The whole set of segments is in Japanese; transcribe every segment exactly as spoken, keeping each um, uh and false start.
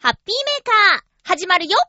ハッピーメーカー始まるよ。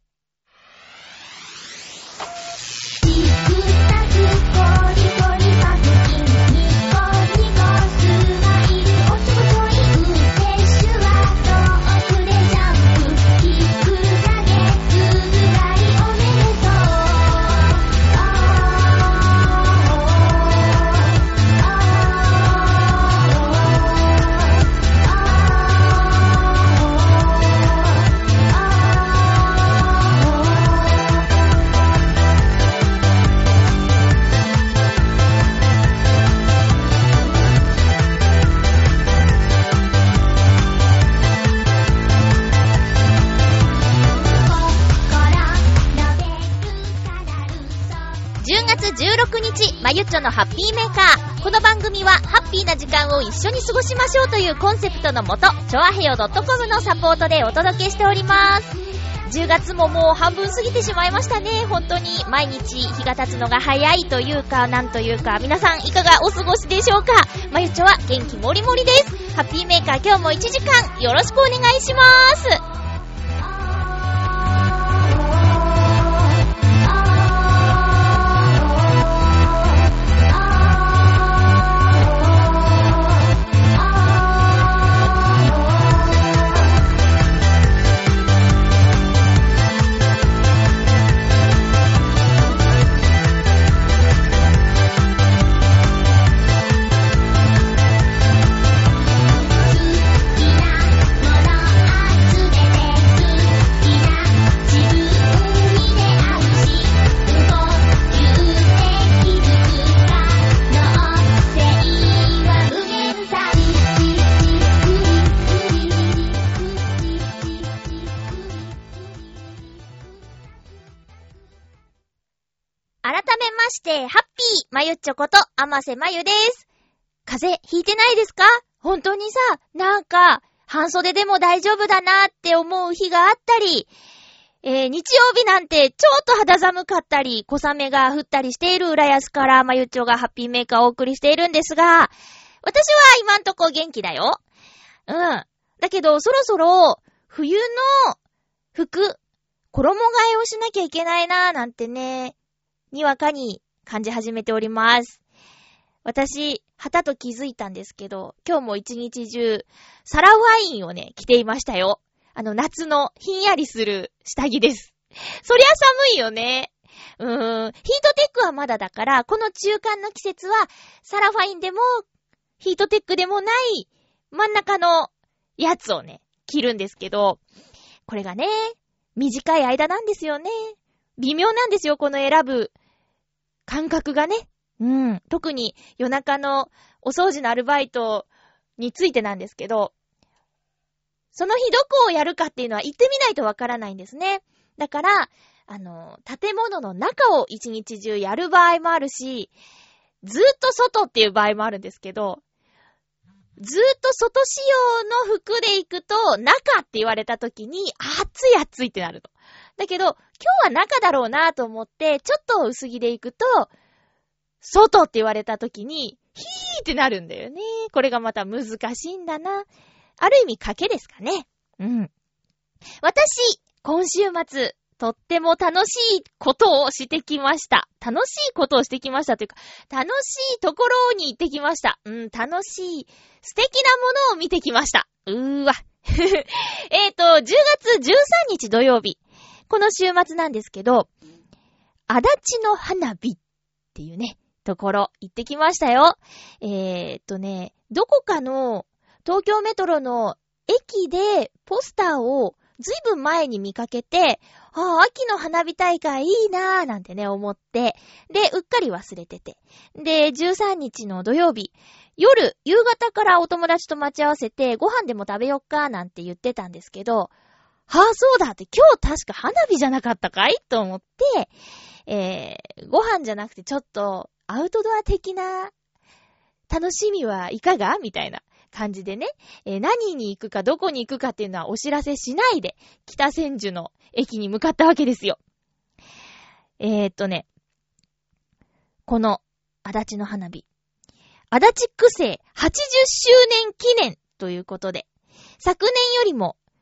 じゅうがつじゅうろくにち、まゆっちょのハッピーメーカー。この番組はハッピーな時間を一緒に過ごしましょうというコンセプトのもと、チョアヘヨ .com のサポートでお届けしております。じゅうがつももう半分過ぎてしまいましたね。本当に毎日日が経つのが早いというか、なんというか、皆さんいかがお過ごしでしょうか。まゆっちょは元気もりもりです。ハッピーメーカー、今日もいちじかんよろしくお願いします。ハッピーまゆっちょこと甘瀬まゆです。風邪ひいてないですか？本当にさ、なんか半袖でも大丈夫だなって思う日があったり、えー、日曜日なんてちょっと肌寒かったり、小雨が降ったりしている浦安からまゆっちょがハッピーメーカーをお送りしているんですが、私は今んとこ元気だよ。うん。だけどそろそろ冬の服、衣替えをしなきゃいけないなーなんてね、にわかに感じ始めております。私、はたと気づいたんですけど、今日も一日中、サラワインをね、着ていましたよ。あの、夏のひんやりする下着です。そりゃ寒いよね。うーん、ヒートテックはまだだから、この中間の季節は、サラファインでも、ヒートテックでもない、真ん中のやつをね、着るんですけど、これがね、短い間なんですよね。微妙なんですよ、この選ぶ感覚がね。うん。特に夜中のお掃除のアルバイトについてなんですけど、その日どこをやるかっていうのは行ってみないとわからないんですね。だから、あの、建物の中を一日中やる場合もあるし、ずーっと外っていう場合もあるんですけど、ずーっと外仕様の服で行くと、中って言われた時に、暑い暑いってなるの。だけど、今日は中だろうなと思って、ちょっと薄着で行くと、外って言われた時に、ヒーってなるんだよね。これがまた難しいんだな。ある意味賭けですかね。うん。私、今週末、とっても楽しいことをしてきました。楽しいことをしてきましたというか、楽しいところに行ってきました。うん、楽しい、素敵なものを見てきました。うーわ。えっと、じゅうがつじゅうさんにち土曜日。この週末なんですけど、足立の花火っていうね、ところ行ってきましたよ。えー、っとね、どこかの東京メトロの駅でポスターをずいぶん前に見かけて、ああ、秋の花火大会いいなーなんてね、思って、で、うっかり忘れてて。で、じゅうさんにちの土曜日、夜、夕方からお友達と待ち合わせて、ご飯でも食べよっかなんて言ってたんですけど、はあ、そうだって、今日確か花火じゃなかったかいと思って、えー、ご飯じゃなくてちょっとアウトドア的な楽しみはいかがみたいな感じでね、えー、何に行くかどこに行くかっていうのはお知らせしないで、北千住の駅に向かったわけですよ。えー、っとね、この足立の花火、足立区政はちじゅっしゅうねん記念ということで、昨年よりも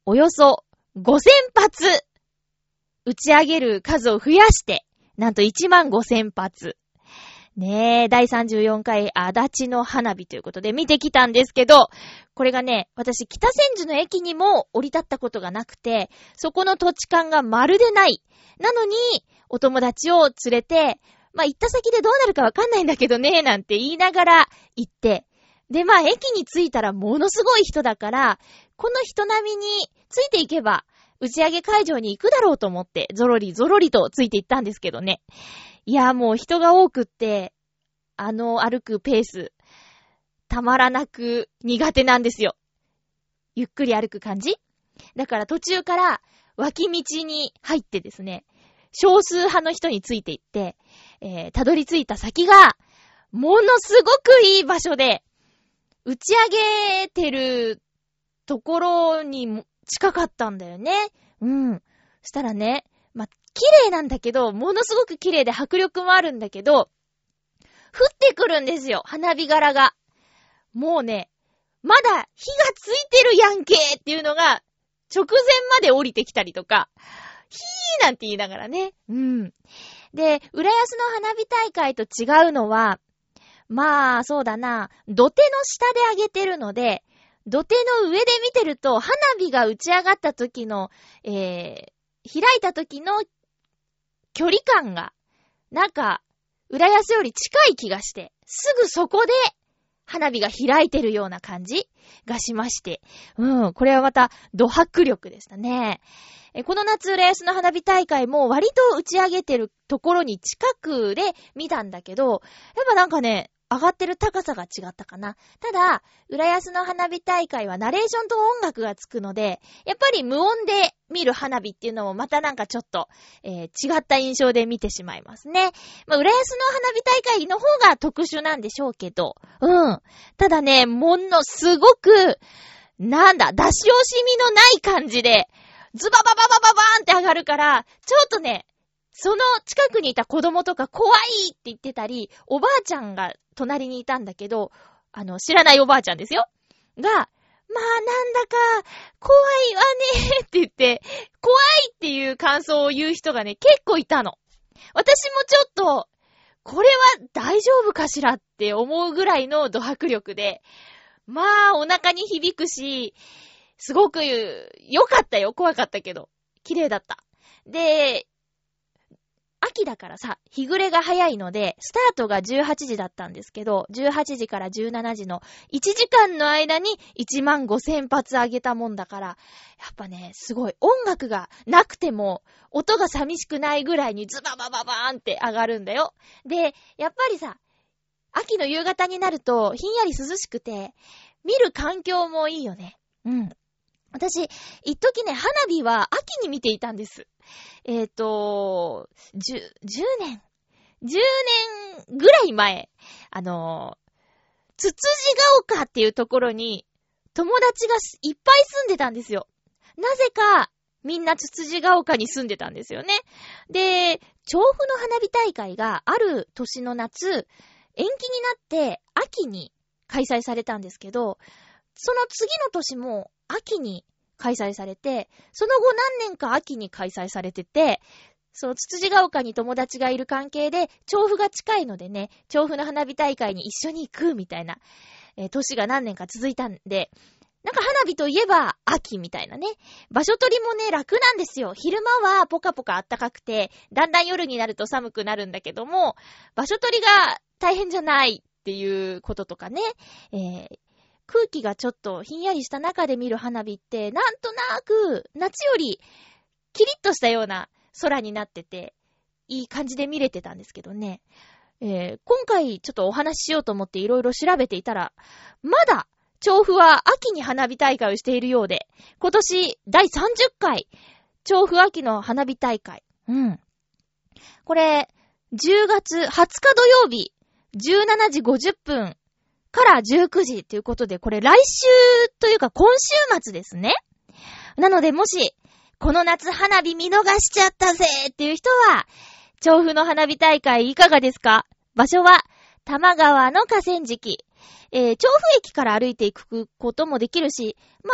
およそごせんぱつ打ち上げる数を増やして、なんといちまんごせんぱつ。ねえ、だいさんじゅうよんかい足立の花火ということで見てきたんですけど、これがね、私北千住の駅にも降り立ったことがなくて、そこの土地勘がまるでない。なのに、お友達を連れて、まあ、行った先でどうなるかわかんないんだけどね、なんて言いながら行って、で、まあ、駅に着いたらものすごい人だから、この人並みについていけば、打ち上げ会場に行くだろうと思って、ゾロリゾロリとついて行ったんですけどね。いや、もう人が多くって、あの歩くペース、たまらなく苦手なんですよ。ゆっくり歩く感じ？だから途中から脇道に入ってですね、少数派の人について行って、えー、たどり着いた先が、ものすごくいい場所で、打ち上げてるところに近かったんだよね。うん。したらね、まあ、綺麗なんだけど、ものすごく綺麗で迫力もあるんだけど、降ってくるんですよ、花火柄が。もうね、まだ火がついてるやんけっていうのが、直前まで降りてきたりとか、ヒーなんて言いながらね。うん。で、浦安の花火大会と違うのは、まあ、そうだな、土手の下で上げてるので、土手の上で見てると、花火が打ち上がった時の、えー、開いた時の距離感が、なんか、浦安より近い気がして、すぐそこで花火が開いてるような感じがしまして。うん、これはまた、ド迫力でしたね。えこの夏、浦安の花火大会も割と打ち上げてるところに近くで見たんだけど、やっぱなんかね、上がってる高さが違ったかな。ただ、浦安の花火大会はナレーションと音楽がつくので、やっぱり無音で見る花火っていうのもまたなんかちょっと、えー、違った印象で見てしまいますね。まあ、浦安の花火大会の方が特殊なんでしょうけど、うん。ただね、ものすごく、なんだ、出し惜しみのない感じで、ズババババババーンって上がるから、ちょっとね、その近くにいた子供とか怖いって言ってたり、おばあちゃんが隣にいたんだけど、あの、知らないおばあちゃんですよ。が、まあなんだか、怖いわねって言って、怖いっていう感想を言う人がね、結構いたの。私もちょっと、これは大丈夫かしらって思うぐらいのド迫力で、まあお腹に響くし、すごく良かったよ。怖かったけど。綺麗だった。で、秋だからさ、日暮れが早いので、スタートがじゅうはちじだったんですけど、じゅうはちじからじゅうしちじのいちじかんの間にいちまんごせんぱつ上げたもんだから、やっぱね、すごい音楽がなくても、音が寂しくないぐらいにズババババーンって上がるんだよ。で、やっぱりさ、秋の夕方になるとひんやり涼しくて、見る環境もいいよね。うん。私、一時ね、花火は秋に見ていたんです。えっと、じゅう、じゅうねん、じゅうねんぐらい前、あの、つつじが丘っていうところに友達がいっぱい住んでたんですよ。なぜか、みんなつつじが丘に住んでたんですよね。で、調布の花火大会がある年の夏、延期になって秋に開催されたんですけど、その次の年も秋に開催されて、その後何年か秋に開催されてて、そのつつじが丘に友達がいる関係で、調布が近いのでね、調布の花火大会に一緒に行くみたいな、えー、年が何年か続いたんで、なんか花火といえば秋みたいなね。場所取りもね、楽なんですよ。昼間はポカポカ暖かくて、だんだん夜になると寒くなるんだけども、場所取りが大変じゃないっていうこととかね、えー空気がちょっとひんやりした中で見る花火って、なんとなく夏よりキリッとしたような空になってて、いい感じで見れてたんですけどね。えー、今回ちょっとお話ししようと思っていろいろ調べていたら、まだ調布は秋に花火大会をしているようで、今年だいさんじゅっかい調布秋の花火大会。うん。これ、じゅうがつはつか土曜日、じゅうしちじごじゅっぷん、からじゅうくじということで、これ来週というか今週末ですね。なのでもし、この夏花火見逃しちゃったぜっていう人は、調布の花火大会いかがですか？場所は、多摩川の河川敷。えー、調布駅から歩いていくこともできるし、まあ、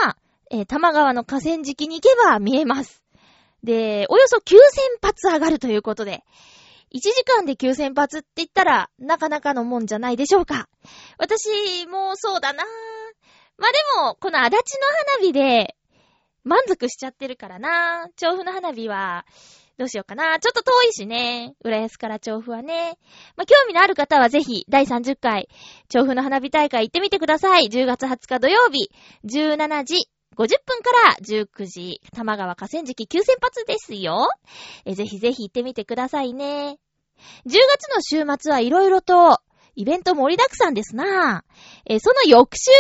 えー、多摩川の河川敷に行けば見えます。で、およそきゅうせんぱつ上がるということで、いちじかんできゅうせんぱつって言ったら、なかなかのもんじゃないでしょうか。私もそうだな。まあ、でも、この足立の花火で、満足しちゃってるからな。調布の花火は、どうしようかな。ちょっと遠いしね。浦安から調布はね。まあ、興味のある方はぜひ、だいさんじゅっかい、調布の花火大会行ってみてください。じゅうがつはつか土曜日、じゅうしちじごじゅっぷんからじゅうくじ、多摩川河川敷きゅうせんぱつですよ。えぜひぜひ行ってみてくださいね。じゅうがつの週末はいろいろとイベント盛りだくさんですな。えその翌週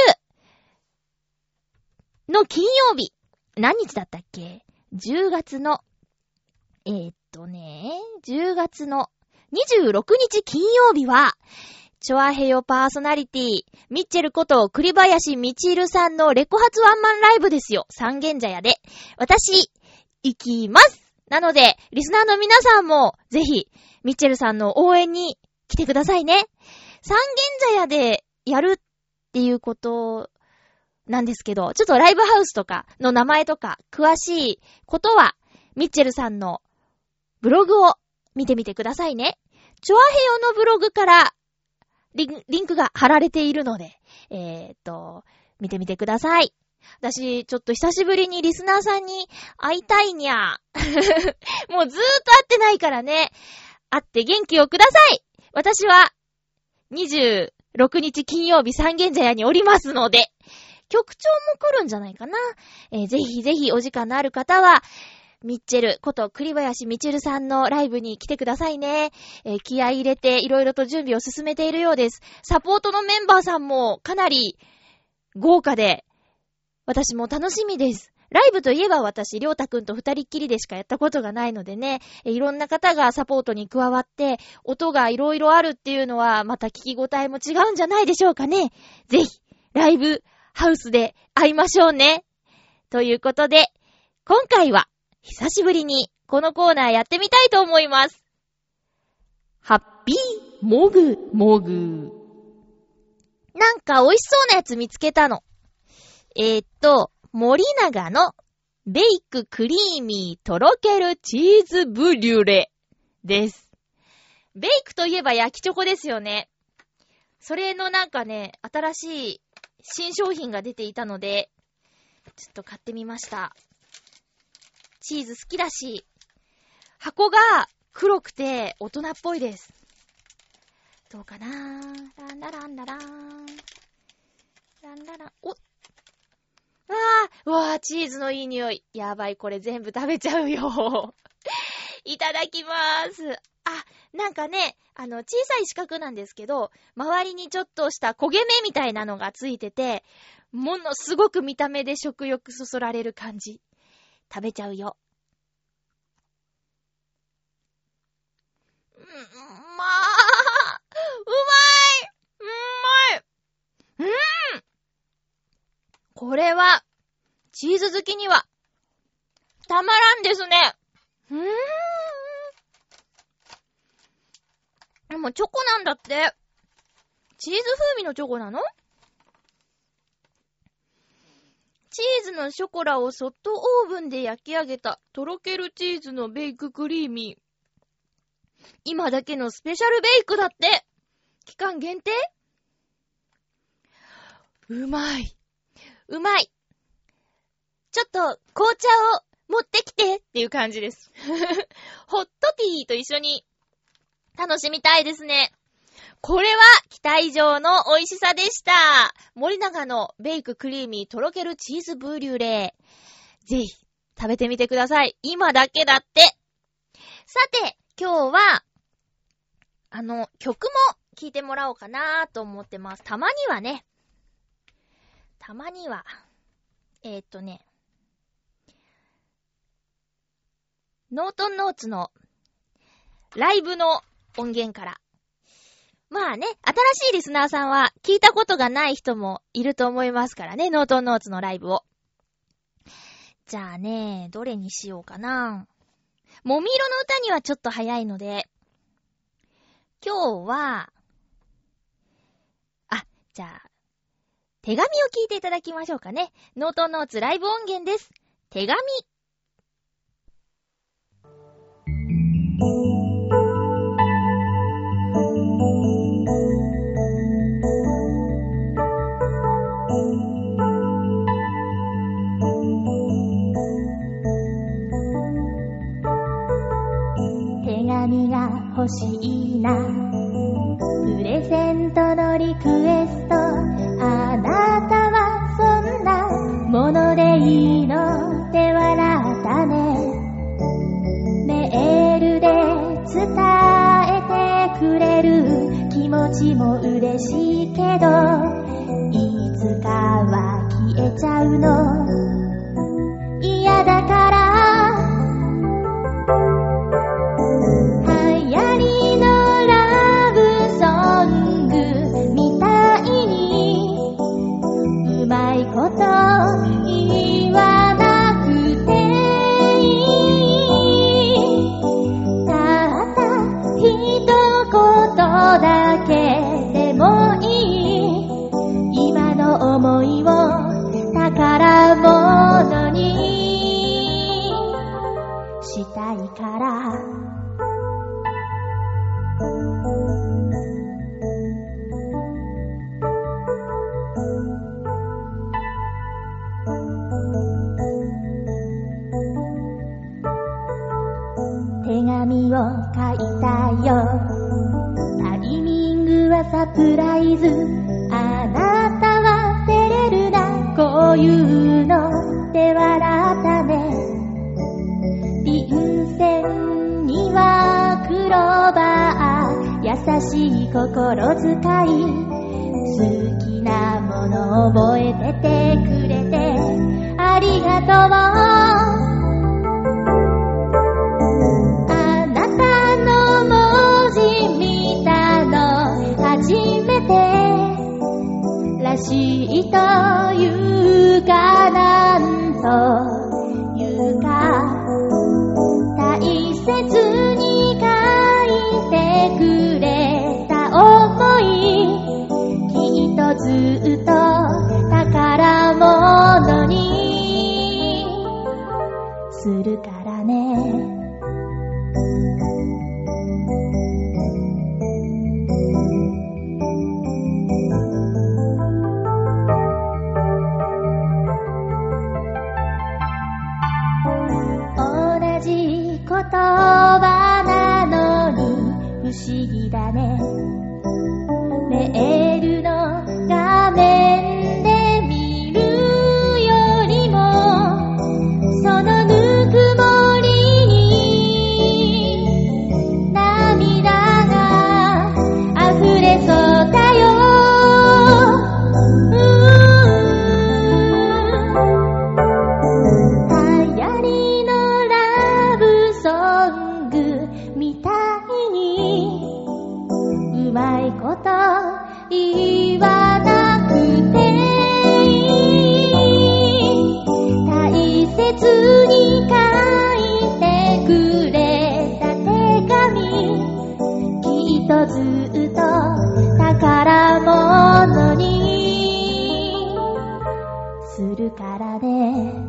の金曜日、何日だったっけ？ じゅう 月の、えー、っとね、じゅうがつのにじゅうろくにち金曜日は、チョアヘヨパーソナリティ、ミッチェルこと栗林みちるさんのレコ発ワンマンライブですよ。三軒茶屋で。私、行きます。なので、リスナーの皆さんも、ぜひ、ミッチェルさんの応援に来てくださいね。三軒茶屋でやるっていうことなんですけど、ちょっとライブハウスとかの名前とか、詳しいことは、ミッチェルさんのブログを見てみてくださいね。チョアヘヨのブログから、リン、リンクが貼られているので、えーっと、見てみてください。私、ちょっと久しぶりにリスナーさんに会いたいにゃ。もうずーっと会ってないからね。会って元気をください。私は、にじゅうろくにち金曜日三軒茶屋におりますので、局長も来るんじゃないかな。えー、ぜひぜひお時間のある方は、ミッチェルこと栗林みちるさんのライブに来てくださいね。えー、気合い入れていろいろと準備を進めているようです。サポートのメンバーさんもかなり豪華で、私も楽しみです。ライブといえば私、りょうたくんと二人っきりでしかやったことがないのでね、えー、いろんな方がサポートに加わって、音がいろいろあるっていうのは、また聞き応えも違うんじゃないでしょうかね。ぜひ、ライブハウスで会いましょうね。ということで、今回は、久しぶりにこのコーナーやってみたいと思います。ハッピーモグモグ。なんか美味しそうなやつ見つけたの。えー、っと、森永のベイククリーミーとろけるチーズブリュレです。ベイクといえば焼きチョコですよね。それのなんかね、新しい新商品が出ていたので、ちょっと買ってみました。チーズ好きだし、箱が黒くて大人っぽいです。どうかなー。ランラランララーン。ランララン。おっ。わー、わー、チーズのいい匂い。やばい、これ全部食べちゃうよ。いただきまーす。あ、なんかね、あの、小さい四角なんですけど、周りにちょっとした焦げ目みたいなのがついてて、ものすごく見た目で食欲そそられる感じ。食べちゃうよ。う、うまー。うまい。うまい。うーん。これは、チーズ好きには、たまらんですね。うーん。でもチョコなんだって。チーズ風味のチョコなの？チーズのショコラをそっとオーブンで焼き上げたとろけるチーズのベイククリーミー。今だけのスペシャルベイクだって。期間限定？うまい。うまい。ちょっと紅茶を持ってきてっていう感じです。ホットティーと一緒に楽しみたいですね。これは期待以上の美味しさでした。森永のベイククリーミーとろけるチーズブリュレ。ぜひ食べてみてください。今だけだって。さて、今日は、あの、曲も聴いてもらおうかなと思ってます。たまにはね。たまには。えー、っとね。ノートンノーツのライブの音源から。まあね、新しいリスナーさんは聞いたことがない人もいると思いますからね、ノートンノーツのライブを。じゃあね、どれにしようかな。もみ色の歌にはちょっと早いので、今日は、あ、じゃあ、 手紙を聞いていただきましょうかね。ノートンノーツライブ音源です。手紙。 手紙が欲しいな、プレゼントのリクエスト、あなたはそんなものでいいのって笑ったね。メールで伝えてくれる気持ちも嬉しいけど、いつかは消えちゃうの嫌だから、こと言わなくていい、たった一言だけでもいい、今の思いを宝物にしたいから。手紙を書いたよ、タイミングはサプライズ、あなたは照れるな、こういうのって笑ったね。便箋にはクローバー、優しい心遣い、好きなもの覚えててくれてありがとう。らしいというか、なんというか、大切に書いてくれた想い、きっとずっと宝物にするからね。言葉なのに不思議だね。メールの画面で見るよりも、そのぬくもりに涙が溢れそうだよ。うまいこと言わなくていい、大切に書いてくれた手紙、きっとずっと宝物にするからね。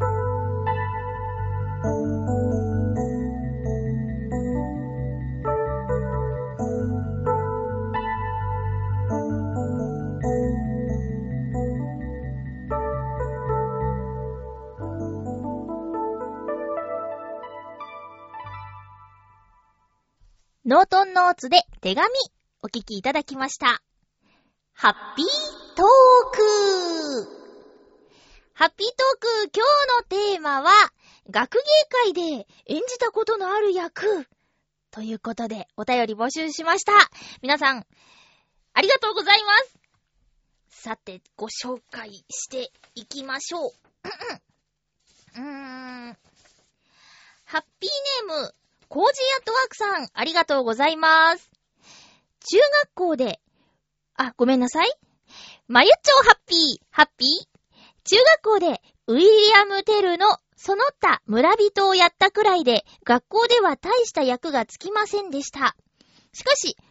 ノートンノーツで手紙お聞きいただきました。ハッピートーク。ハッピートーク、今日のテーマは学芸会で演じたことのある役ということでお便り募集しました。皆さんありがとうございます。さてご紹介していきましょう。うーんハッピーネームコージーアットワークさん、ありがとうございます。中学校で、あ、ごめんなさい。まゆっちょハッピー、ハッピー。中学校で、ウィリアム・テルのその他村人をやったくらいで、学校では大した役がつきませんでした。しかし、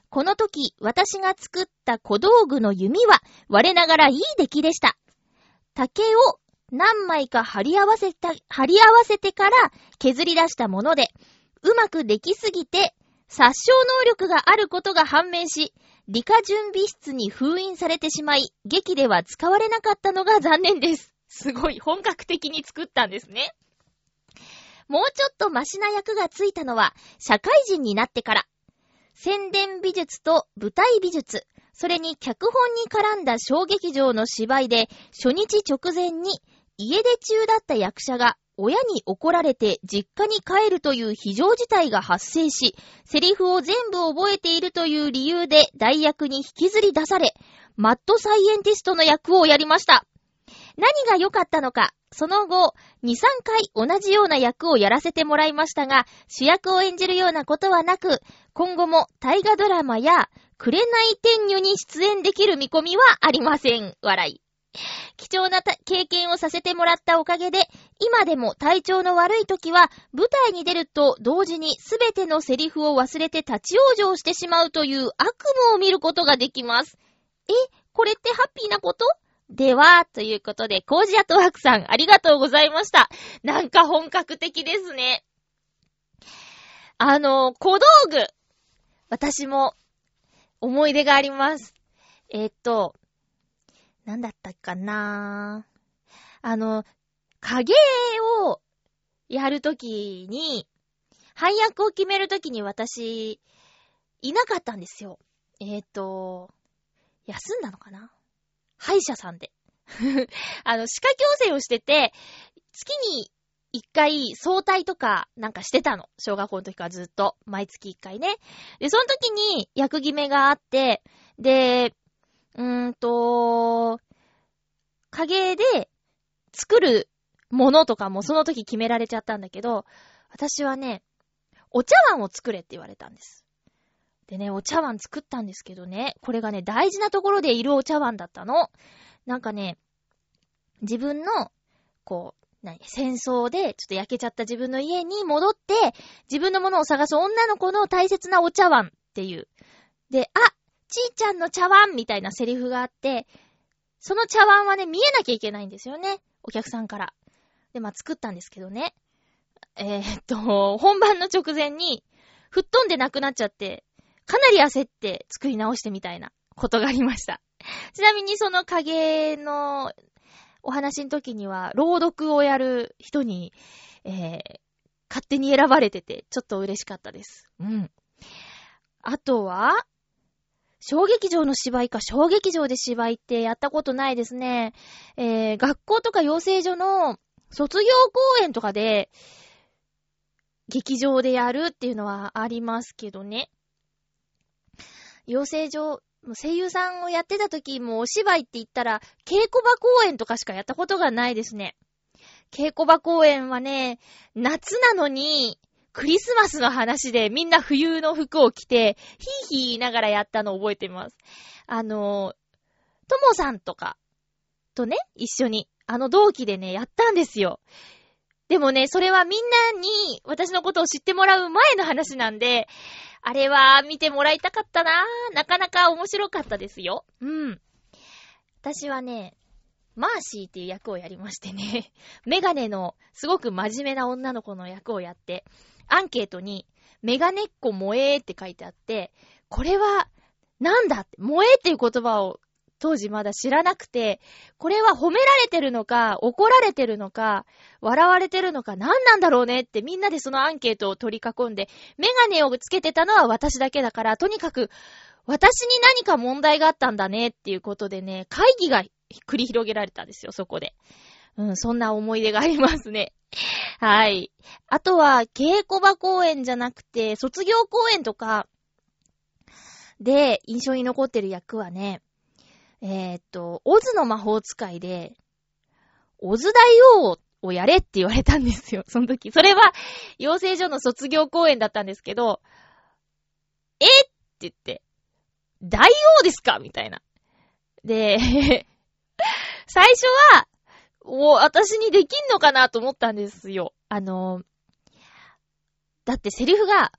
この時、私が作った小道具の弓は、我ながらいい出来でした。竹を何枚か貼り合わせた、貼り合わせてから削り出したもので、うまくできすぎて、殺傷能力があることが判明し、理科準備室に封印されてしまい、劇では使われなかったのが残念です。すごい本格的に作ったんですね。もうちょっとマシな役がついたのは、社会人になってから。宣伝美術と舞台美術、それに脚本に絡んだ小劇場の芝居で、初日直前に家出中だった役者が親に怒られて実家に帰るという非常事態が発生し、セリフを全部覚えているという理由で代役に引きずり出され、マッドサイエンティストの役をやりました。何が良かったのか、その後、に、さんかい同じような役をやらせてもらいましたが、主役を演じるようなことはなく、今後も大河ドラマや紅天女に出演できる見込みはありません。笑い。貴重な経験をさせてもらったおかげで、今でも体調の悪い時は、舞台に出ると同時にすべてのセリフを忘れて立ち往生してしまうという悪夢を見ることができます。え、これってハッピーなこと？では、ということで、コージアトワークさん、ありがとうございました。なんか本格的ですね。あの、小道具。私も、思い出があります。えー、っと、なんだったかなあの、影をやるときに、配役を決めるときに私、いなかったんですよ。えー、っと、休んだのかな歯医者さんで。あの、歯科矯正をしてて、月に一回早退とかなんかしてたの。小学校の時からずっと。毎月一回ね。で、その時に役決めがあって、で、うーんと、影で作るものとかもその時決められちゃったんだけど、私はね、お茶碗を作れって言われたんです。でね、お茶碗作ったんですけどね、これがね、大事なところでいるお茶碗だったの。なんかね、自分の、こう、何、戦争でちょっと焼けちゃった自分の家に戻って、自分のものを探す女の子の大切なお茶碗っていう。で、あ、ちーちゃんの茶碗みたいなセリフがあって、その茶碗はね、見えなきゃいけないんですよね。お客さんから。で、まあ、作ったんですけどね。えー、っと、本番の直前に、吹っ飛んでなくなっちゃって、かなり焦って作り直してみたいなことがありました。ちなみにその影のお話の時には、朗読をやる人に、えー、勝手に選ばれてて、ちょっと嬉しかったです。うん。あとは、小劇場の芝居か、小劇場で芝居ってやったことないですね。えー、学校とか養成所の卒業公演とかで、劇場でやるっていうのはありますけどね。養成所、声優さんをやってた時もお芝居って言ったら稽古場公演とかしかやったことがないですね。稽古場公演はね、夏なのにクリスマスの話でみんな冬の服を着てヒーヒー言いながらやったのを覚えてます。あの、ともさんとかとね、一緒にあの同期でね、やったんですよ。でもね、それはみんなに私のことを知ってもらう前の話なんで、あれは見てもらいたかったな。なかなか面白かったですよ。うん。私はね、マーシーっていう役をやりましてね、メガネのすごく真面目な女の子の役をやって、アンケートにメガネっ子萌えって書いてあって、これはなんだって、萌えっていう言葉を当時まだ知らなくて、これは褒められてるのか、怒られてるのか、笑われてるのか、何なんだろうねってみんなでそのアンケートを取り囲んで、メガネをつけてたのは私だけだから、とにかく私に何か問題があったんだねっていうことでね、会議が繰り広げられたんですよ、そこで。うん、そんな思い出がありますね。はい。あとは、稽古場公演じゃなくて、卒業公演とかで印象に残ってる役はね、えー、っと、オズの魔法使いで、オズ大王をやれって言われたんですよ、その時。それは、養成所の卒業公演だったんですけど、えって言って、大王ですかみたいな。で、最初は、お、私にできんのかなと思ったんですよ。あの、だってセリフが、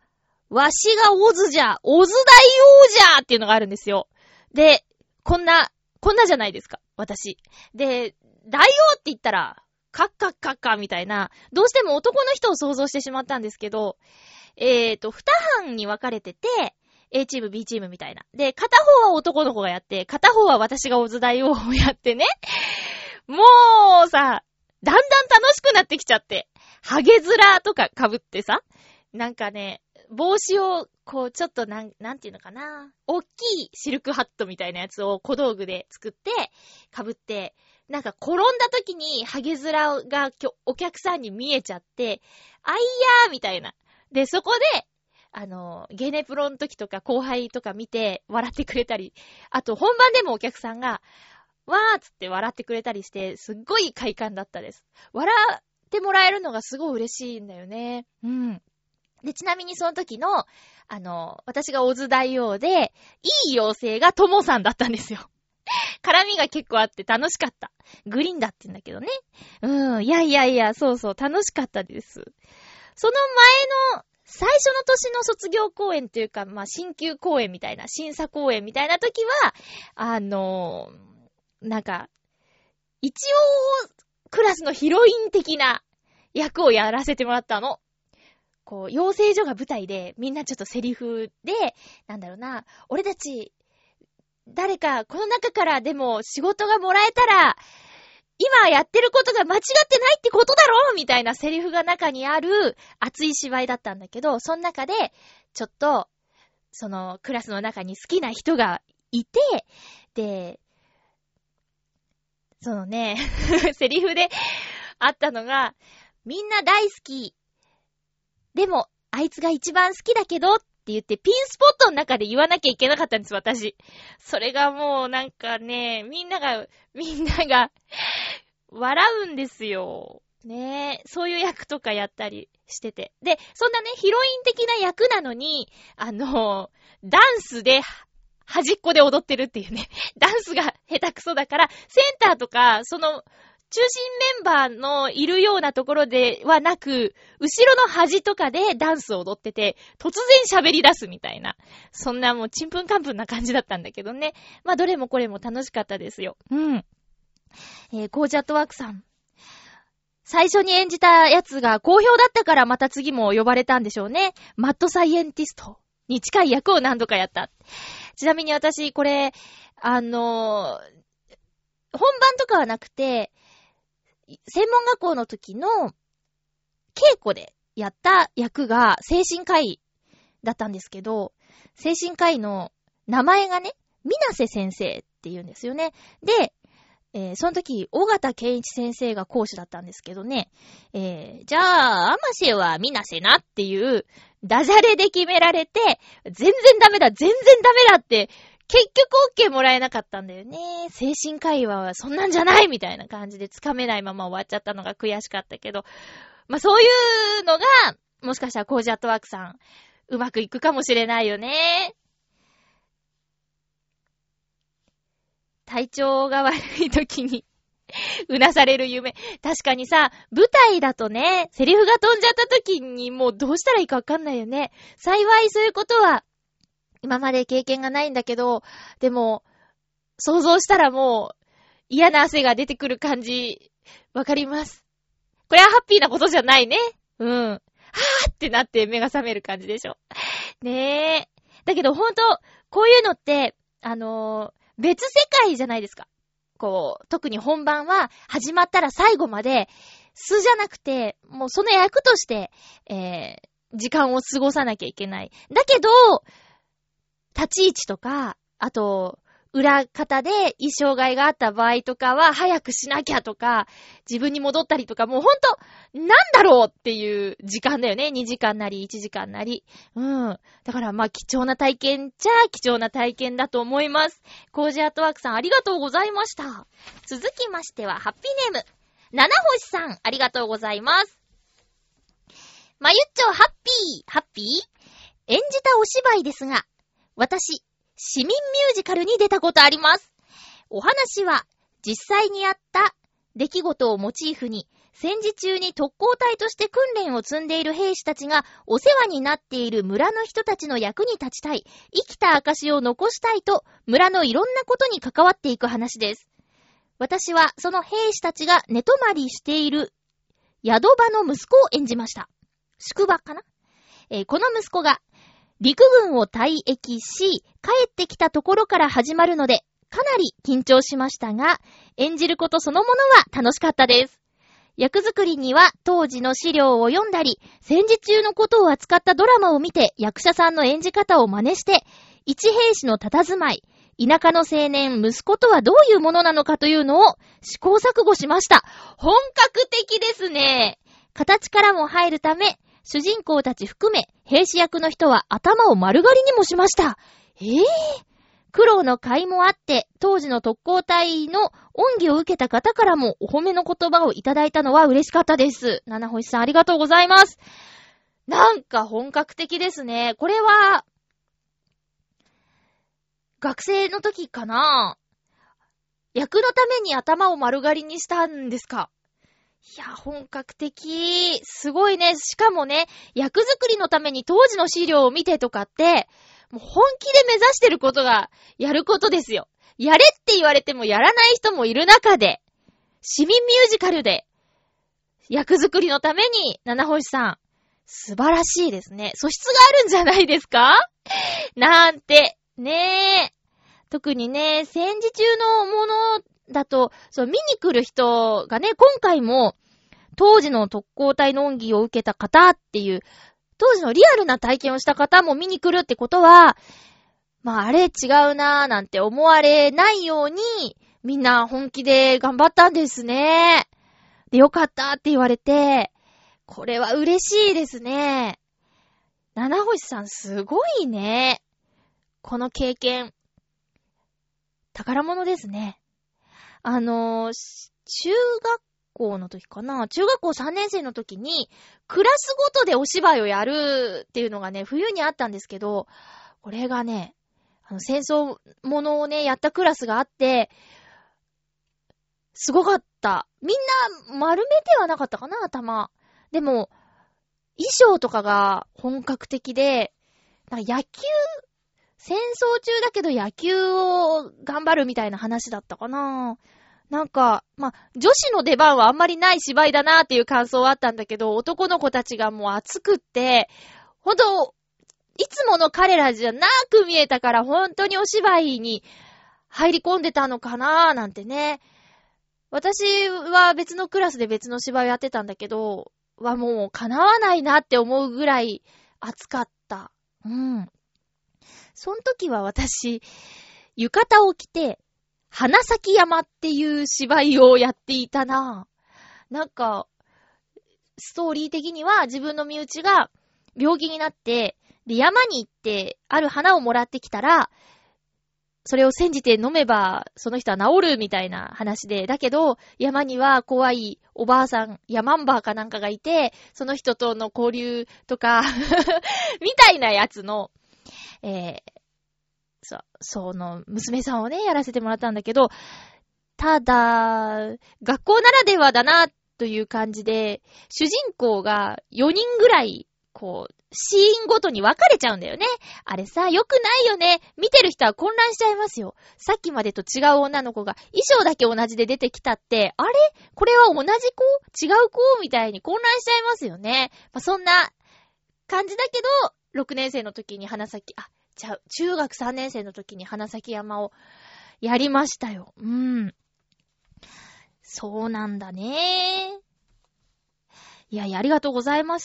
わしがオズじゃ、オズ大王じゃっていうのがあるんですよ。で、こんな、こんなじゃないですか、私。で、大王って言ったら、カッカッカッカみたいな、どうしても男の人を想像してしまったんですけど、えーと、二班に分かれてて、A チーム、B チームみたいな。で、片方は男の子がやって、片方は私がオズ大王をやってね。もうさ、だんだん楽しくなってきちゃって。ハゲ面とか被ってさ、なんかね、帽子を、こう、ちょっとなん、なんていうのかな。大きいシルクハットみたいなやつを小道具で作って、被って、なんか転んだ時にハゲ面がお客さんに見えちゃって、あいやーみたいな。で、そこで、あの、ゲネプロの時とか後輩とか見て笑ってくれたり、あと本番でもお客さんが、わーっつって笑ってくれたりして、すっごい快感だったです。笑ってもらえるのがすごい嬉しいんだよね。うん。で、ちなみにその時の、あの、私がオズ大王で、いい妖精がトモさんだったんですよ。絡みが結構あって楽しかった。グリーンだって言うんだけどね。うん。いやいやいや、そうそう、楽しかったです。その前の、最初の年の卒業公演というか、まあ、新旧公演みたいな、審査公演みたいな時は、あのー、なんか、一応、クラスのヒロイン的な役をやらせてもらったの。こう、養成所が舞台で、みんなちょっとセリフで、なんだろうな、俺たち、誰か、この中からでも仕事がもらえたら、今やってることが間違ってないってことだろみたいなセリフが中にある熱い芝居だったんだけど、その中で、ちょっと、そのクラスの中に好きな人がいて、で、そのね、セリフであったのが、みんな大好き。でも、あいつが一番好きだけど、って言ってピンスポットの中で言わなきゃいけなかったんです、私。それがもうなんかね、みんなが、みんなが、笑うんですよ。ねえ、そういう役とかやったりしてて。で、そんなね、ヒロイン的な役なのに、あの、ダンスで、端っこで踊ってるっていうね。ダンスが下手くそだから、センターとか、その、中心メンバーのいるようなところではなく、後ろの端とかでダンスを踊ってて、突然喋り出すみたいな。そんなもうちんぷんかんぷんな感じだったんだけどね。まあどれもこれも楽しかったですよ。うん。えー、コージャットワークさん。最初に演じたやつが好評だったからまた次も呼ばれたんでしょうね。マッドサイエンティストに近い役を何度かやった。ちなみに私これ、あのー、本番とかはなくて、専門学校の時の稽古でやった役が精神科医だったんですけど、精神科医の名前がね、水瀬先生って言うんですよね。で、えー、その時、尾形健一先生が講師だったんですけどね、えー、じゃあ、天瀬は水瀬なっていうダジャレで決められて、全然ダメだ、全然ダメだって、結局 OK もらえなかったんだよね。精神科医はそんなんじゃないみたいな感じでつかめないまま終わっちゃったのが悔しかったけど、まあそういうのが、もしかしたらコージアットワークさん、うまくいくかもしれないよね。体調が悪い時にうなされる夢。確かにさ、舞台だとね、セリフが飛んじゃった時にもうどうしたらいいかわかんないよね。幸いそういうことは今まで経験がないんだけど、でも想像したらもう嫌な汗が出てくる感じわかります。これはハッピーなことじゃないね。うん。はーってなって目が覚める感じでしょ。ねえ。だけどほんとこういうのってあのー別世界じゃないですか。こう、特に本番は始まったら最後まで素じゃなくて、もうその役として、えー、時間を過ごさなきゃいけない。だけど、立ち位置とか、あと、裏方で衣装替えがあった場合とかは早くしなきゃとか、自分に戻ったりとか、もうほんと、なんだろうっていう時間だよね。にじかんなりいちじかんなり。うん。だからまあ貴重な体験じゃあ貴重な体験だと思います。コージアットワークさんありがとうございました。続きましてはハッピーネーム、七星さんありがとうございます。まゆっちょハッピー、ハッピー演じたお芝居ですが、私、市民ミュージカルに出たことあります。お話は実際にあった出来事をモチーフに戦時中に特攻隊として訓練を積んでいる兵士たちがお世話になっている村の人たちの役に立ちたい、生きた証を残したいと村のいろんなことに関わっていく話です。私はその兵士たちが寝泊まりしている宿場の息子を演じました。宿場かな、えー、この息子が陸軍を退役し帰ってきたところから始まるのでかなり緊張しましたが、演じることそのものは楽しかったです。役作りには当時の資料を読んだり、戦時中のことを扱ったドラマを見て役者さんの演じ方を真似して、一兵士の佇まい、田舎の青年、息子とはどういうものなのかというのを試行錯誤しました。本格的ですね。形からも入るため、主人公たち含め、兵士役の人は頭を丸刈りにもしました。えぇ、ー、苦労の甲斐もあって、当時の特攻隊の恩義を受けた方からもお褒めの言葉をいただいたのは嬉しかったです。七星さんありがとうございます。なんか本格的ですね。これは、学生の時かな？役のために頭を丸刈りにしたんですか？いや、本格的。すごいね。しかもね、役作りのために当時の資料を見てとかって、もう本気で目指してることがやることですよ。やれって言われてもやらない人もいる中で、市民ミュージカルで役作りのために七星さん素晴らしいですね。素質があるんじゃないですか？なんてねえ。特にね、戦時中のものだと、そう見に来る人がね、今回も当時の特攻隊の恩義を受けた方っていう当時のリアルな体験をした方も見に来るってことは、まああれ違うなーなんて思われないようにみんな本気で頑張ったんですね。でよかったって言われて、これは嬉しいですね。七星さんすごいね。この経験宝物ですね。あのー、中学校の時かな、中学校さんねん生の時にクラスごとでお芝居をやるっていうのがね、冬にあったんですけど、これがね、あの戦争ものをねやったクラスがあって、すごかった。みんな丸めてはなかったかな、頭。でも衣装とかが本格的で、なんか野球、戦争中だけど野球を頑張るみたいな話だったかな。なんか、まあ、女子の出番はあんまりない芝居だなっていう感想はあったんだけど、男の子たちがもう熱くって、ほんと、いつもの彼らじゃなく見えたから、本当にお芝居に入り込んでたのかなーなんてね。私は別のクラスで別の芝居をやってたんだけど、はもう叶わないなって思うぐらい熱かった。うん。その時は私、浴衣を着て、花咲山っていう芝居をやっていたな。なんか、ストーリー的には自分の身内が病気になって、で、山に行ってある花をもらってきたら、それを煎じて飲めばその人は治るみたいな話で、だけど山には怖いおばあさん、ヤマンバーかなんかがいて、その人との交流とかみたいなやつの、えー、そ, その娘さんをねやらせてもらったんだけど、ただ学校ならではだなという感じで、主人公がよにんぐらいこうシーンごとに分かれちゃうんだよね。あれさ、良くないよね。見てる人は混乱しちゃいますよ。さっきまでと違う女の子が衣装だけ同じで出てきたって、あれこれは同じ子？違う子？みたいに混乱しちゃいますよね。まあ、そんな感じだけど、ろくねん生の時に花咲、あ、ちゃう、中学さんねん生の時に花咲山をやりましたよ。うん。そうなんだね。いやいや、ありがとうございます。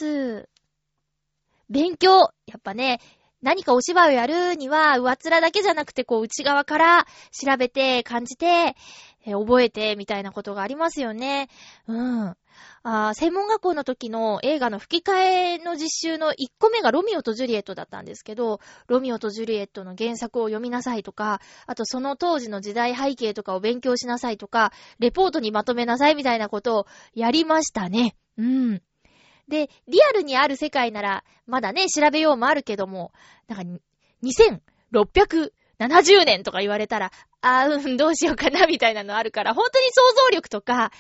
勉強やっぱね、何かお芝居をやるには上っ面だけじゃなくて、こう内側から調べて感じて、えー、覚えてみたいなことがありますよね。うん。あ、専門学校の時の映画の吹き替えの実習のいっこめがロミオとジュリエットだったんですけど、ロミオとジュリエットの原作を読みなさいとか、あとその当時の時代背景とかを勉強しなさいとか、レポートにまとめなさいみたいなことをやりましたね。うん。で、リアルにある世界なら、まだね、調べようもあるけども、なんか、にせんろっぴゃくななじゅうねんとか言われたら、あー、うん、どうしようかな、みたいなのあるから、本当に想像力とか、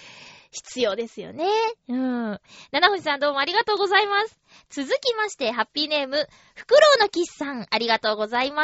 必要ですよね。うん。七星さんどうもありがとうございます。続きまして、ハッピーネーム、フクロウのキスさん、ありがとうございます。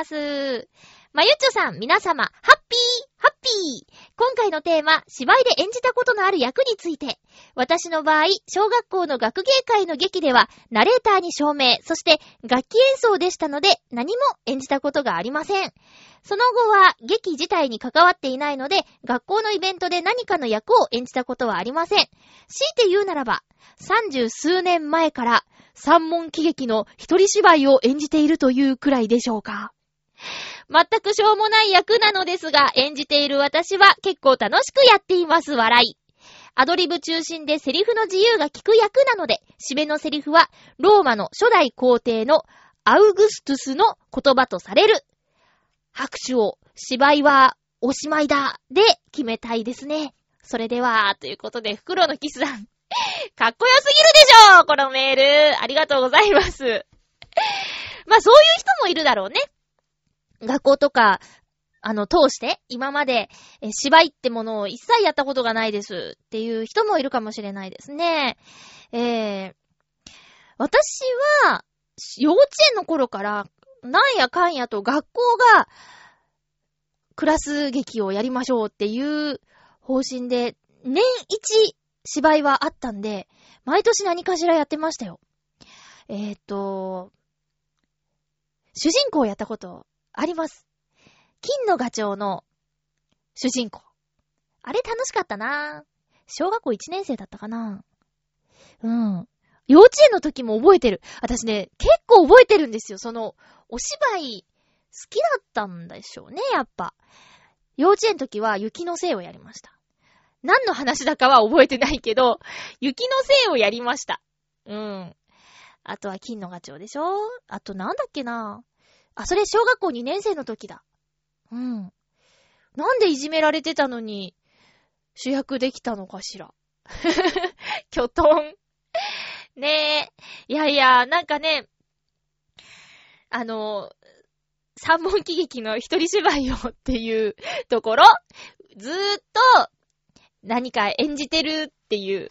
まゆっちょさん、皆様、ハッピーハッピー今回のテーマ、芝居で演じたことのある役について。私の場合、小学校の学芸会の劇では、ナレーターに照明、そして楽器演奏でしたので、何も演じたことがありません。その後は、劇自体に関わっていないので、学校のイベントで何かの役を演じたことはありません。強いて言うならば、三十数年前から、三門喜劇の一人芝居を演じているというくらいでしょうか。全くしょうもない役なのですが、演じている私は結構楽しくやっています。笑い。アドリブ中心でセリフの自由が利く役なので、締めのセリフはローマの初代皇帝のアウグストゥスの言葉とされる。拍手を、芝居はおしまいだで決めたいですね。それでは、ということで、フクロウのキスさん。かっこよすぎるでしょこのメール。ありがとうございます。まあそういう人もいるだろうね。学校とか、あの、通して、今まで、え、芝居ってものを一切やったことがないですっていう人もいるかもしれないですね。えー、私は、幼稚園の頃から、なんやかんやと学校が、クラス劇をやりましょうっていう方針で、年一芝居はあったんで、毎年何かしらやってましたよ。えーと、主人公をやったことあります。金のガチョウの主人公。あれ楽しかったな。小学校いちねん生だったかな。うん。幼稚園の時も覚えてる。私ね、結構覚えてるんですよ。その、お芝居、好きだったんでしょうね、やっぱ。幼稚園の時は雪のせいをやりました。何の話だかは覚えてないけど、雪のせいをやりました。うん。あとは金のガチョウでしょ。あとなんだっけな。あ、それ小学校にねん生の時だ。うん。なんでいじめられてたのに主役できたのかしら。きょとん。ねえ。いやいや、なんかね、あの、三門喜劇の一人芝居をっていうところ、ずーっと何か演じてるっていう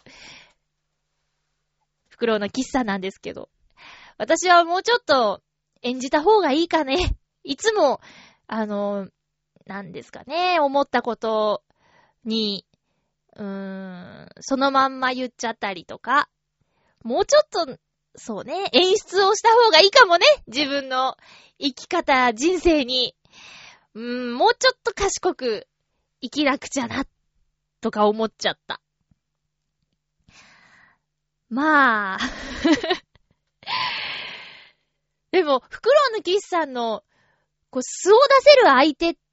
フクロウの喫茶なんですけど、私はもうちょっと演じた方がいいかね。いつも、あの、なんですかね、思ったことに、うーん、そのまんま言っちゃったりとか、もうちょっと、そうね、演出をした方がいいかもね。自分の生き方、人生に、うーん、もうちょっと賢く生きなくちゃな、とか思っちゃった。まあ、でも、フクロウのキスさんの、こう、素を出せる相手って、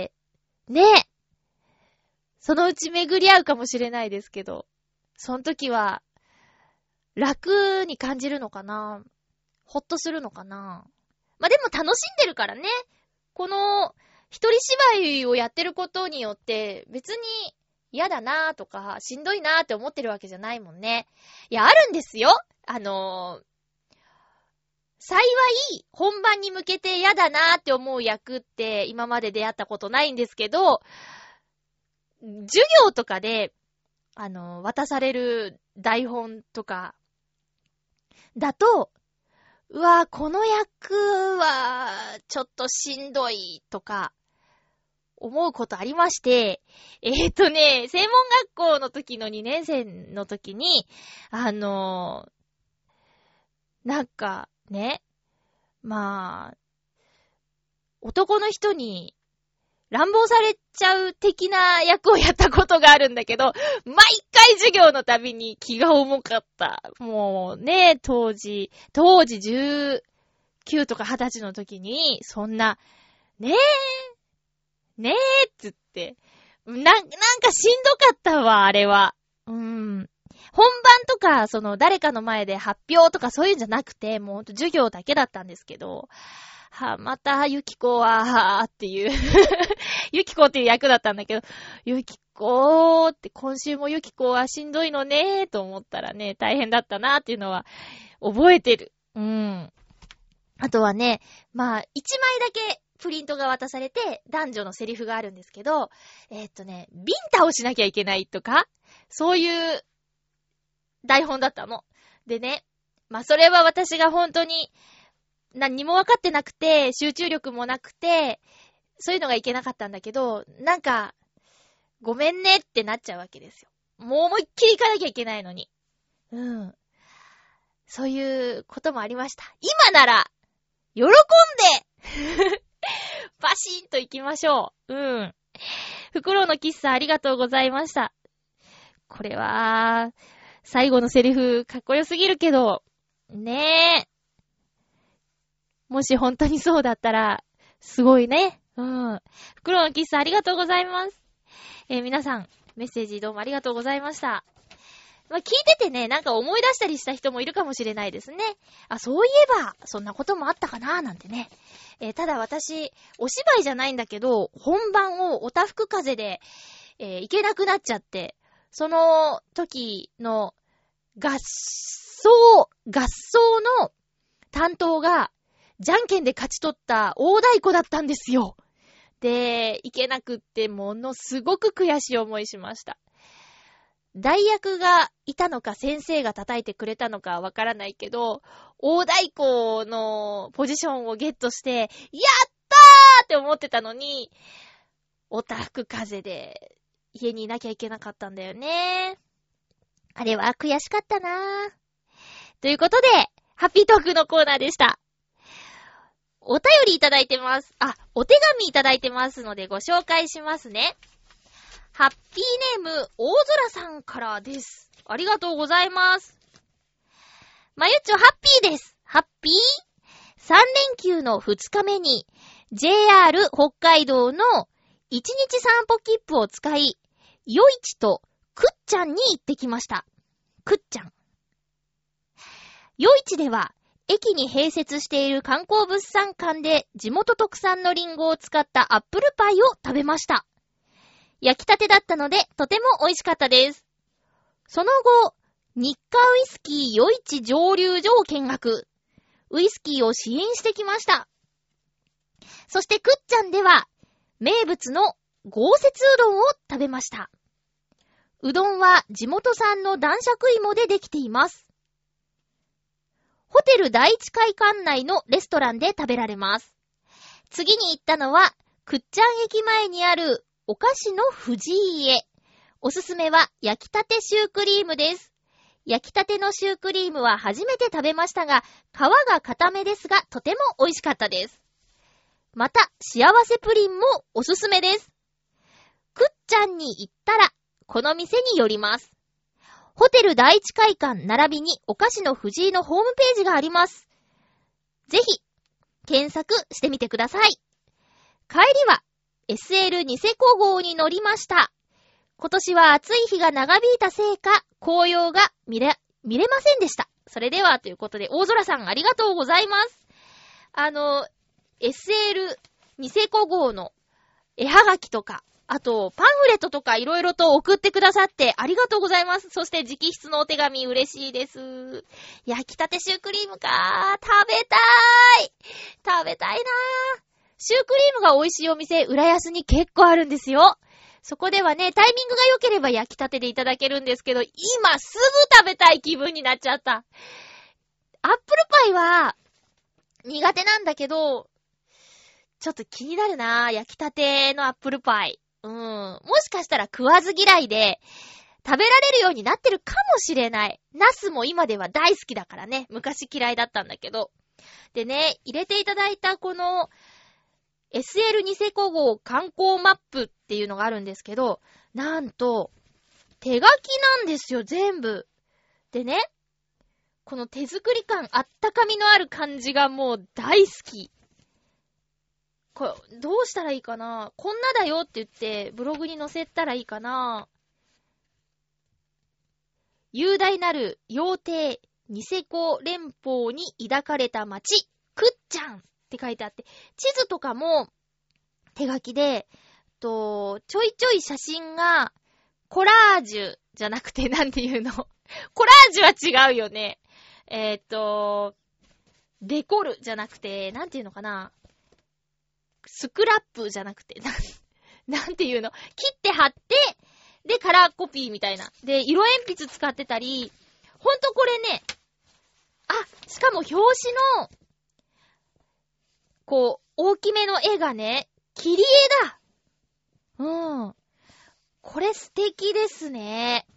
ね、そのうち巡り合うかもしれないですけど、その時は、楽に感じるのかな？ほっとするのかな？まあ、でも楽しんでるからね、この、一人芝居をやってることによって、別に嫌だなとか、しんどいなって思ってるわけじゃないもんね。いや、あるんですよ。あのー、幸い、本番に向けて嫌だなーって思う役って今まで出会ったことないんですけど、授業とかで、あのー、渡される台本とか、だと、うわー、この役は、ちょっとしんどいとか、思うことありまして、えーとね、専門学校の時のにねん生の時に、あのー、なんか、ね、まあ、男の人に乱暴されちゃう的な役をやったことがあるんだけど、毎回授業のたびに気が重かった。もうね、当時、当時じゅうきゅうとかはたちの時に、そんな、ねえ、ねえっつって、な、なんかしんどかったわ、あれは。うーん。本番とか、その誰かの前で発表とかそういうんじゃなくて、もう授業だけだったんですけど、は、また、ゆきこは、はーっていう、ゆきこっていう役だったんだけど、ゆきこーって、今週もゆきこはしんどいのねーと思ったらね、大変だったなーっていうのは、覚えてる。うん。あとはね、まあ、一枚だけプリントが渡されて、男女のセリフがあるんですけど、えー、っとね、ビンタをしなきゃいけないとか、そういう台本だったの。でね、まあそれは私が本当に何にも分かってなくて、集中力もなくて、そういうのがいけなかったんだけど、なんか、ごめんねってなっちゃうわけですよ。もう思いっきり行かなきゃいけないのに。うん。そういうこともありました。今なら、喜んでバシンと行きましょう。うん。フクロウのキッスありがとうございました。これは、最後のセリフかっこよすぎるけど、ねえ。もし本当にそうだったら、すごいね。うん。フクロウのキッスありがとうございます。えー、皆さん、メッセージどうもありがとうございました。まあ、聞いててね、なんか思い出したりした人もいるかもしれないですね。あ、そういえば、そんなこともあったかなーなんてね。えー、ただ私、お芝居じゃないんだけど、本番をおたふく風で、えー、行けなくなっちゃって、その時の合奏、合奏の担当が、じゃんけんで勝ち取った大太鼓だったんですよ。で、行けなくってものすごく悔しい思いしました。代役がいたのか先生が叩いてくれたのかわからないけど、大太鼓のポジションをゲットして、やったーって思ってたのに、おたふく風で家にいなきゃいけなかったんだよね。あれは悔しかったなー。ということで、ハッピートークのコーナーでした。お便りいただいてます。あ、お手紙いただいてますのでご紹介しますね。ハッピーネーム、大空さんからです。ありがとうございます。まゆっちょハッピーです。ハッピー ?さん 連休のふつかめに ジェイアール 北海道のいちにち散歩切符を使い、よいちとくっちゃんに行ってきました。くっちゃん。よいちでは、駅に併設している観光物産館で地元特産のリンゴを使ったアップルパイを食べました。焼きたてだったのでとても美味しかったです。その後、日課ウイスキーよいち蒸留所を見学。ウイスキーを試飲してきました。そしてくっちゃんでは名物の豪雪うどんを食べました。うどんは地元産の男爵芋でできています。ホテル第一会館内のレストランで食べられます。次に行ったのは、くっちゃん駅前にあるお菓子の藤井へ。おすすめは焼きたてシュークリームです。焼きたてのシュークリームは初めて食べましたが、皮が固めですがとても美味しかったです。また、幸せプリンもおすすめです。くっちゃんに行ったら、この店に寄ります。ホテル第一会館並びにお菓子の藤井のホームページがあります。ぜひ、検索してみてください。帰りは エスエル ニセコ号に乗りました。今年は暑い日が長引いたせいか、紅葉が見れ、見れませんでした。それではということで、大空さんありがとうございます。あの、エスエル ニセコ号の絵はがきとか、あと、パンフレットとかいろいろと送ってくださってありがとうございます。そして直筆のお手紙嬉しいです。焼きたてシュークリームかー。食べたーい。食べたいなー。シュークリームが美味しいお店、浦安に結構あるんですよ。そこではね、タイミングが良ければ焼きたてでいただけるんですけど、今すぐ食べたい気分になっちゃった。アップルパイは苦手なんだけど、ちょっと気になるなー。焼きたてのアップルパイ。うん。もしかしたら食わず嫌いで食べられるようになってるかもしれない。ナスも今では大好きだからね。昔嫌いだったんだけど。でね、入れていただいたこの エスエル ニセコ号観光マップっていうのがあるんですけど、なんと手書きなんですよ、全部。でね、この手作り感、あったかみのある感じがもう大好き。これ、どうしたらいいかな？こんなだよって言って、ブログに載せたらいいかな？雄大なる妖帝、ニセコ連邦に抱かれた町、くっちゃんって書いてあって、地図とかも手書きで、と、ちょいちょい写真が、コラージュじゃなくて、なんていうの？コラージュは違うよね。えっと、デコルじゃなくて、なんていうのかな？ スクラップじゃなくて、な、なんていうの、切って貼って、で、カラーコピーみたいな。で、色鉛筆使ってたり、ほんとこれね、あ、しかも表紙の、こう、大きめの絵がね、切り絵だ。うん。これ素敵ですね。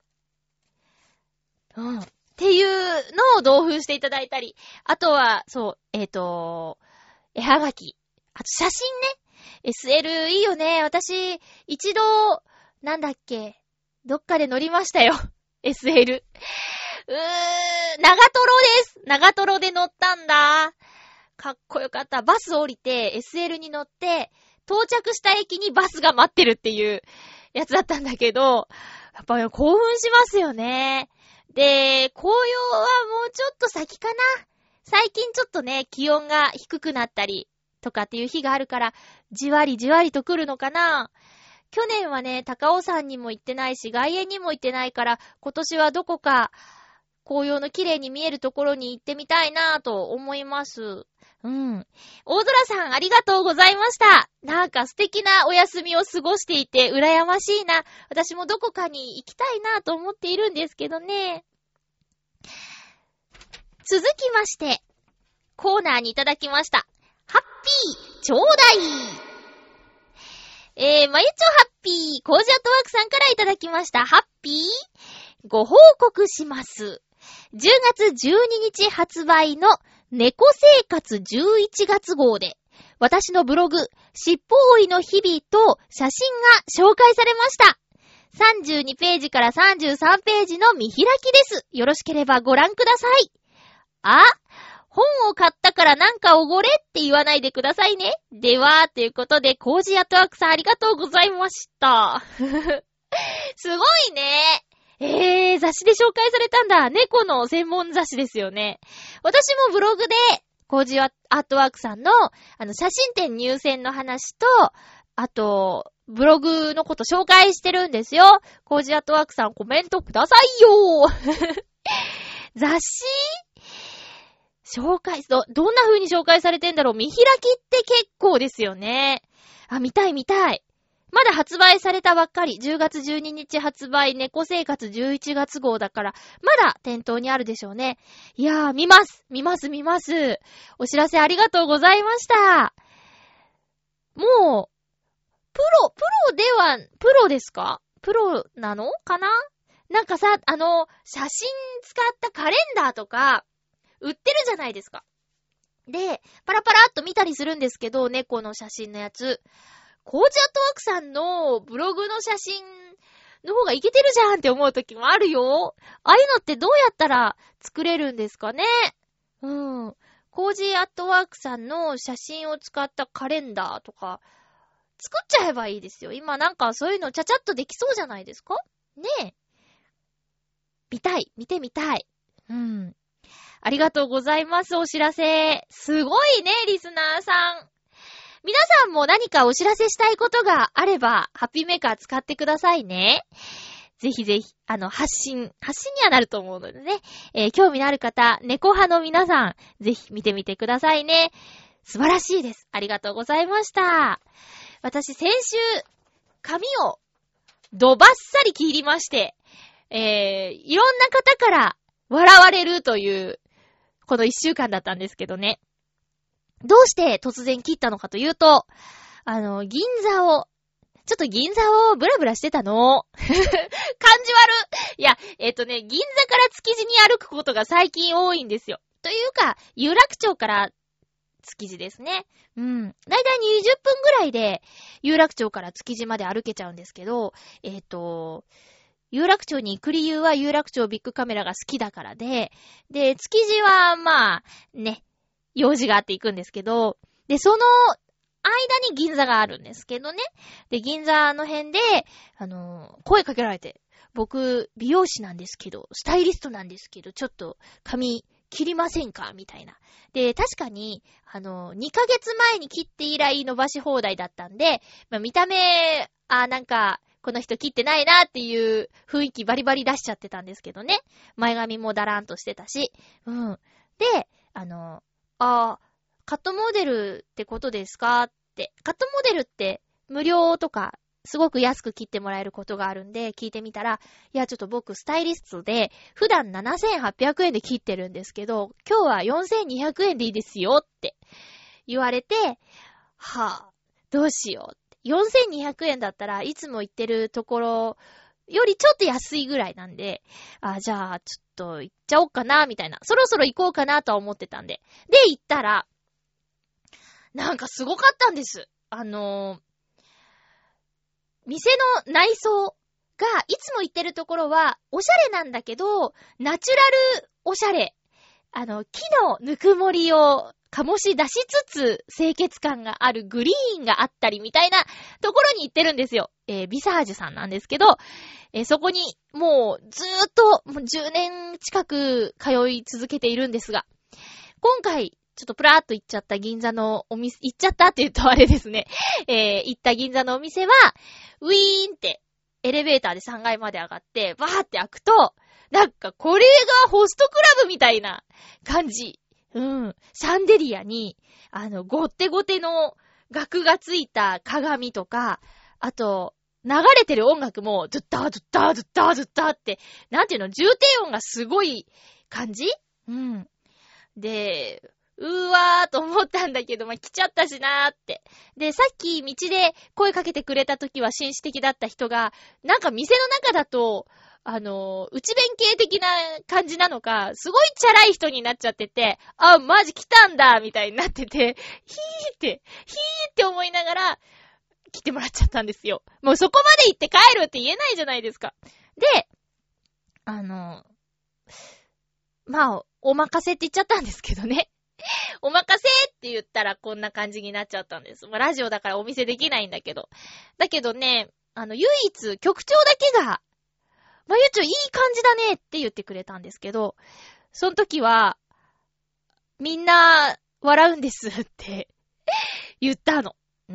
うん。っていうのを同封していただいたり、あとは、そう、えっと、絵はがき。あと写真ね。エスエル いいよね。私、一度、なんだっけ、どっかで乗りましたよ。エスエル。うー、長瀞です。長瀞で乗ったんだ。かっこよかった。バス降りて エスエル に乗って、到着した駅にバスが待ってるっていうやつだったんだけど、やっぱり興奮しますよね。で、紅葉はもうちょっと先かな。最近ちょっとね、気温が低くなったりとかっていう日があるから、じわりじわりと来るのかな。去年はね、高尾山にも行ってないし、外苑にも行ってないから、今年はどこか紅葉の綺麗に見えるところに行ってみたいなぁと思います。うん。大空さんありがとうございました。なんか素敵なお休みを過ごしていて羨ましいな。私もどこかに行きたいなと思っているんですけどね。続きまして、コーナーにいただきました。ハッピーちょうだい。えー、まゆちょハッピー、コージアットワークさんからいただきました。ハッピーご報告します。じゅうがつじゅうににち発売の猫生活じゅういちがつ号で、私のブログ、しっぽ追いの日々と写真が紹介されました。さんじゅうにページからさんじゅうさんページの見開きです。よろしければご覧ください。あ、本を買ったからなんかおごれって言わないでくださいね。では、ということで、コージアットワークさんありがとうございました。すごいね。えー、雑誌で紹介されたんだ。猫の専門雑誌ですよね。私もブログで、コージアットワークさんの、あの、写真展入選の話と、あと、ブログのこと紹介してるんですよ。コージアットワークさんコメントくださいよ。雑誌紹介、ど、どんな風に紹介されてんだろう。見開きって結構ですよね。あ、見たい見たい。まだ発売されたばっかり。じゅうがつじゅうににち発売、猫生活じゅういちがつ号だから、まだ店頭にあるでしょうね。いやー、見ます。見ます、見ます。お知らせありがとうございました。もう、プロ、プロでは、プロですか？プロなのかな？なんかさ、あの、写真使ったカレンダーとか、売ってるじゃないですか。で、パラパラっと見たりするんですけど、猫の写真のやつ。コージアットワークさんのブログの写真の方がイケてるじゃんって思う時もあるよ。ああいうのってどうやったら作れるんですかね。うん。コージアットワークさんの写真を使ったカレンダーとか作っちゃえばいいですよ。今なんかそういうのちゃちゃっとできそうじゃないですかねえ。見たい。見てみたい。うん。ありがとうございます。お知らせ。すごいね、リスナーさん。皆さんも何かお知らせしたいことがあれば、ハッピーメーカー使ってくださいね。ぜひぜひ、あの、発信、発信にはなると思うのでね。えー、興味のある方、猫派の皆さん、ぜひ見てみてくださいね。素晴らしいです。ありがとうございました。私、先週、髪を、どばっさり切りまして、えー、いろんな方から笑われるという、この一週間だったんですけどね。どうして突然切ったのかというと、あの、銀座を、ちょっと銀座をブラブラしてたの。感じ悪い。いや、えっとね、銀座から築地に歩くことが最近多いんですよ。というか、有楽町から築地ですね。うん。だいたいにじゅっぷんぐらいで、有楽町から築地まで歩けちゃうんですけど、えっと、有楽町に行く理由は有楽町ビッグカメラが好きだからで、で、築地はまあ、ね、用事があって行くんですけど、で、その間に銀座があるんですけどね。で、銀座の辺で、あのー、声かけられて、僕、美容師なんですけど、スタイリストなんですけど、ちょっと髪切りませんかみたいな。で、確かに、あのー、にかげつまえに切って以来伸ばし放題だったんで、まあ、見た目、あ、なんか、この人切ってないなっていう雰囲気バリバリ出しちゃってたんですけどね。前髪もだらんとしてたし。うん。で、あのー、あー、カットモデルってことですかって、カットモデルって無料とかすごく安く切ってもらえることがあるんで聞いてみたら、いやちょっと僕スタイリストで普段ななせんはっぴゃくえんで切ってるんですけど、今日はよんせんにひゃくえんでいいですよって言われて、はぁ、どうしようって。よんせんにひゃくえんだったらいつも行ってるところよりちょっと安いぐらいなんで、あ、じゃあちょっと行っちゃおうかなみたいな、そろそろ行こうかなとは思ってたんで、で行ったらなんかすごかったんです。あのー、店の内装がいつも行ってるところはおしゃれなんだけど、ナチュラルおしゃれ、あの木のぬくもりを醸し出しつつ清潔感があるグリーンがあったりみたいなところに行ってるんですよ。えー、ビサージュさんなんですけど、えー、そこにもうずーっともうじゅうねん近く通い続けているんですが、今回ちょっとプラーっと行っちゃった銀座のお店、行っちゃったって言うとあれですね、えー、行った銀座のお店はウィーンってエレベーターでさんがいまで上がってバーって開くと、なんかこれがホストクラブみたいな感じ。うん。シャンデリアに、あの、ごってごての額がついた鏡とか、あと、流れてる音楽も、ドゥッタードゥッタードゥッタードゥッターって、なんていうの、重低音がすごい感じ？うん。で、うーわーと思ったんだけど、まあ、来ちゃったしなーって。で、さっき道で声かけてくれた時は紳士的だった人が、なんか店の中だと、あの、内弁慶的な感じなのか、すごいチャラい人になっちゃってて、あ、マジ来たんだみたいになってて、ヒーって、ヒーって思いながら、来てもらっちゃったんですよ。もうそこまで行って帰るって言えないじゃないですか。で、あの、まあ、お任せって言っちゃったんですけどね。お任せって言ったらこんな感じになっちゃったんです。まあ、ラジオだからお見せできないんだけど。だけどね、あの、唯一局長だけが、まゆちょいい感じだねって言ってくれたんですけど、その時は、みんな笑うんですって言ったの。うん。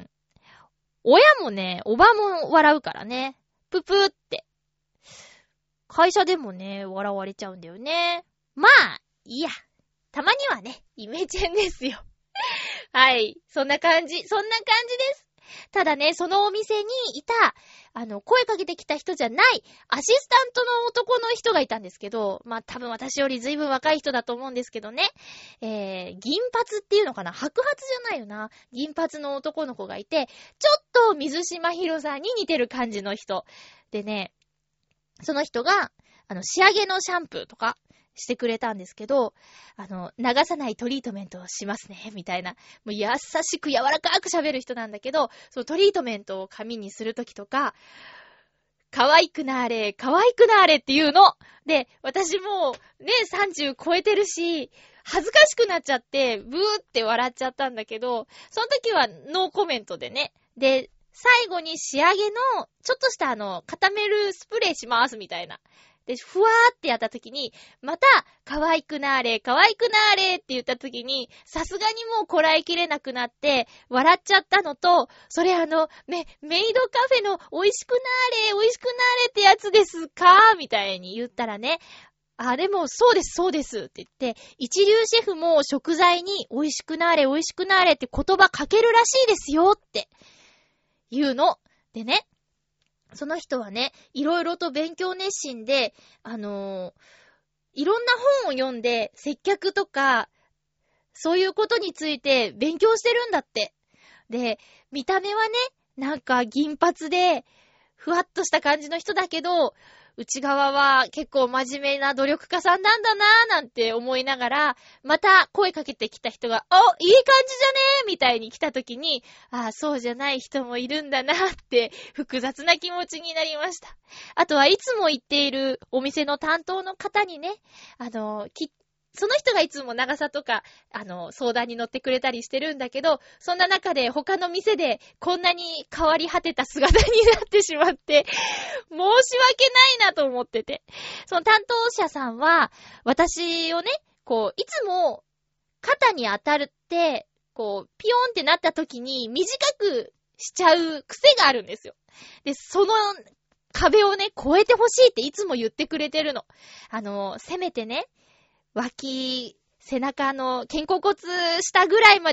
親もね、おばも笑うからね。ぷぷって。会社でもね、笑われちゃうんだよね。まあ、いいや。たまにはね、イメチェンですよ。はい。そんな感じ。そんな感じです。ただね、そのお店にいた、あの、声かけてきた人じゃない、アシスタントの男の人がいたんですけど、まあ多分私より随分若い人だと思うんですけどね、えー、銀髪っていうのかな、白髪じゃないよな、銀髪の男の子がいて、ちょっと水島ひろさんに似てる感じの人。でね、その人が、あの、仕上げのシャンプーとか、してくれたんですけど、あの、流さないトリートメントをしますね、みたいな。もう優しく柔らかく喋る人なんだけど、そのトリートメントを髪にするときとか、可愛くなーれ、可愛くなーれっていうの。で、私もね、さんじゅう超えてるし、恥ずかしくなっちゃって、ブーって笑っちゃったんだけど、その時はノーコメントでね。で、最後に仕上げの、ちょっとしたあの、固めるスプレーしますみたいな。で、ふわーってやった時に、また、可愛くなーれ、可愛くなーれって言った時に、さすがにもうこらえきれなくなって、笑っちゃったのと、それあの、メ、メイドカフェの美味しくなーれ、美味しくなーれってやつですかみたいに言ったらね、あ、でもそうです、そうですって言って、一流シェフも食材に美味しくなーれ、美味しくなーれって言葉かけるらしいですよって言うの。でね、その人はね、いろいろと勉強熱心で、あのー、いろんな本を読んで、接客とか、そういうことについて勉強してるんだって。で、見た目はね、なんか銀髪で、ふわっとした感じの人だけど、内側は結構真面目な努力家さんなんだなーなんて思いながら、また声かけてきた人が、お、いい感じじゃねーみたいに来た時に、ああ、そうじゃない人もいるんだなーって複雑な気持ちになりました。あとはいつも行っているお店の担当の方にね、あの、きその人がいつも長さとか、あの、相談に乗ってくれたりしてるんだけど、そんな中で他の店でこんなに変わり果てた姿になってしまって、申し訳ないなと思ってて。その担当者さんは、私をね、こう、いつも肩に当たるって、こう、ピヨンってなった時に短くしちゃう癖があるんですよ。で、その壁をね、越えてほしいっていつも言ってくれてるの。あの、せめてね、脇、背中の肩甲骨下ぐらいまで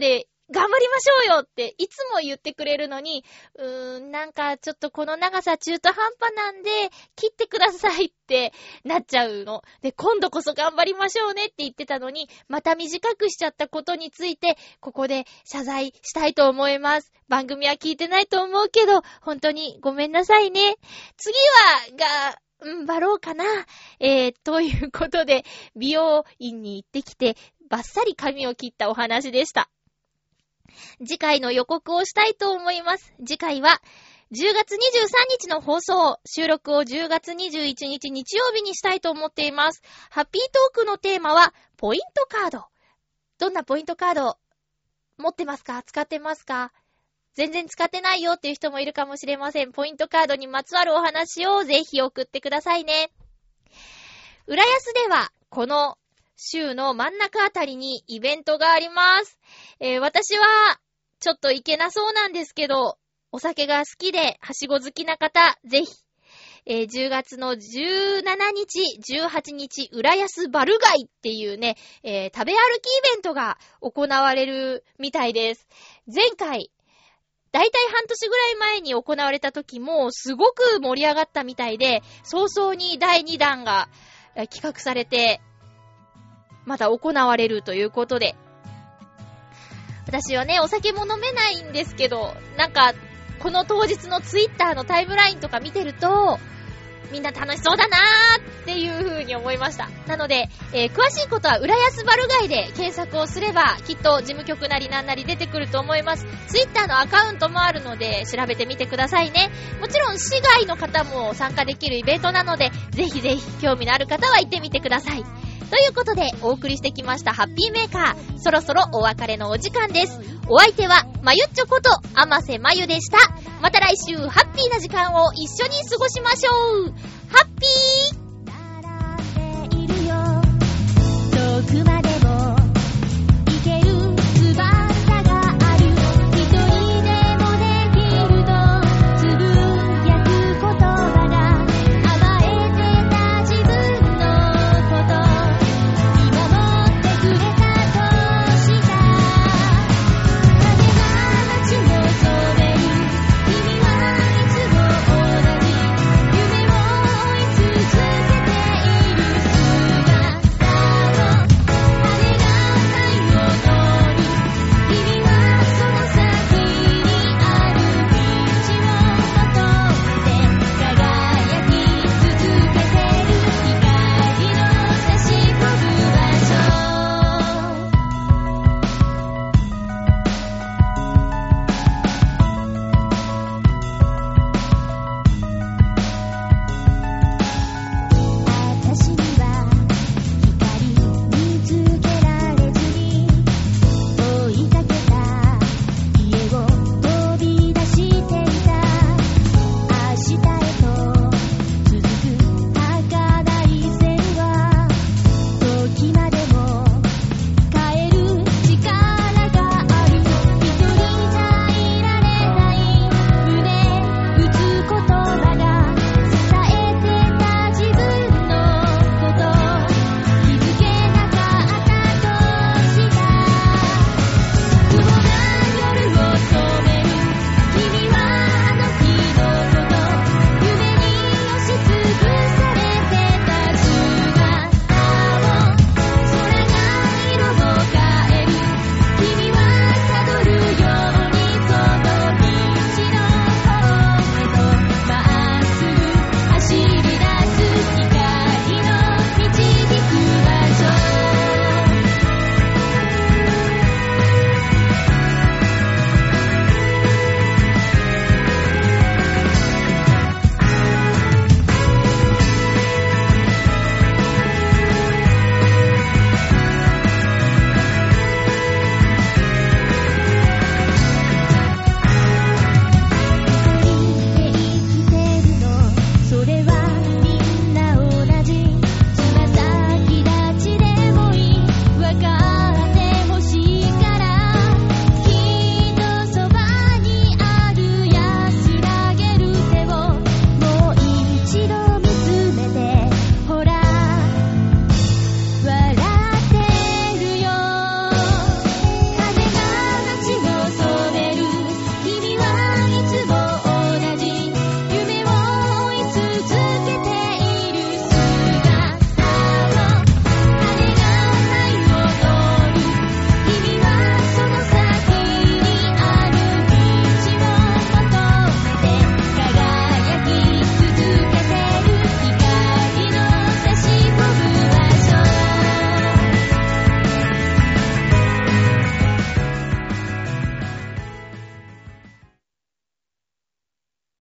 頑張りましょうよっていつも言ってくれるのに、うーん、なんかちょっとこの長さ中途半端なんで切ってくださいってなっちゃうの。で、今度こそ頑張りましょうねって言ってたのに、また短くしちゃったことについて、ここで謝罪したいと思います。番組は聞いてないと思うけど、本当にごめんなさいね。次は、が、うん、バろうかな。えー、ということで、美容院に行ってきて、バッサリ髪を切ったお話でした。次回の予告をしたいと思います。次回は、じゅうがつにじゅうさんにちの放送、収録をじゅうがつにじゅういちにち日曜日にしたいと思っています。ハッピートークのテーマは、ポイントカード。どんなポイントカード持ってますか？使ってますか？全然使ってないよっていう人もいるかもしれません。ポイントカードにまつわるお話をぜひ送ってくださいね。浦安ではこの週の真ん中あたりにイベントがあります。えー、私はちょっと行けなそうなんですけど、お酒が好きではしご好きな方、ぜひ、えー、じゅうがつのじゅうしちにち、じゅうはちにち、浦安バルガイっていうね、えー、食べ歩きイベントが行われるみたいです。前回、だいたい半年ぐらい前に行われた時もすごく盛り上がったみたいで、早々にだいにだんが企画されて、また行われるということで。私はね、お酒も飲めないんですけど、なんか、この当日のツイッターのタイムラインとか見てると、みんな楽しそうだなーっていう風に思いました。なので、えー、詳しいことは浦安バルガイで検索をすればきっと事務局なりなんなり出てくると思います。ツイッターのアカウントもあるので調べてみてくださいね。もちろん市外の方も参加できるイベントなので、ぜひぜひ興味のある方は行ってみてください。ということでお送りしてきましたハッピーメーカー、そろそろお別れのお時間です。お相手はまゆっちょこと甘瀬まゆでした。また来週ハッピーな時間を一緒に過ごしましょう。ハッピー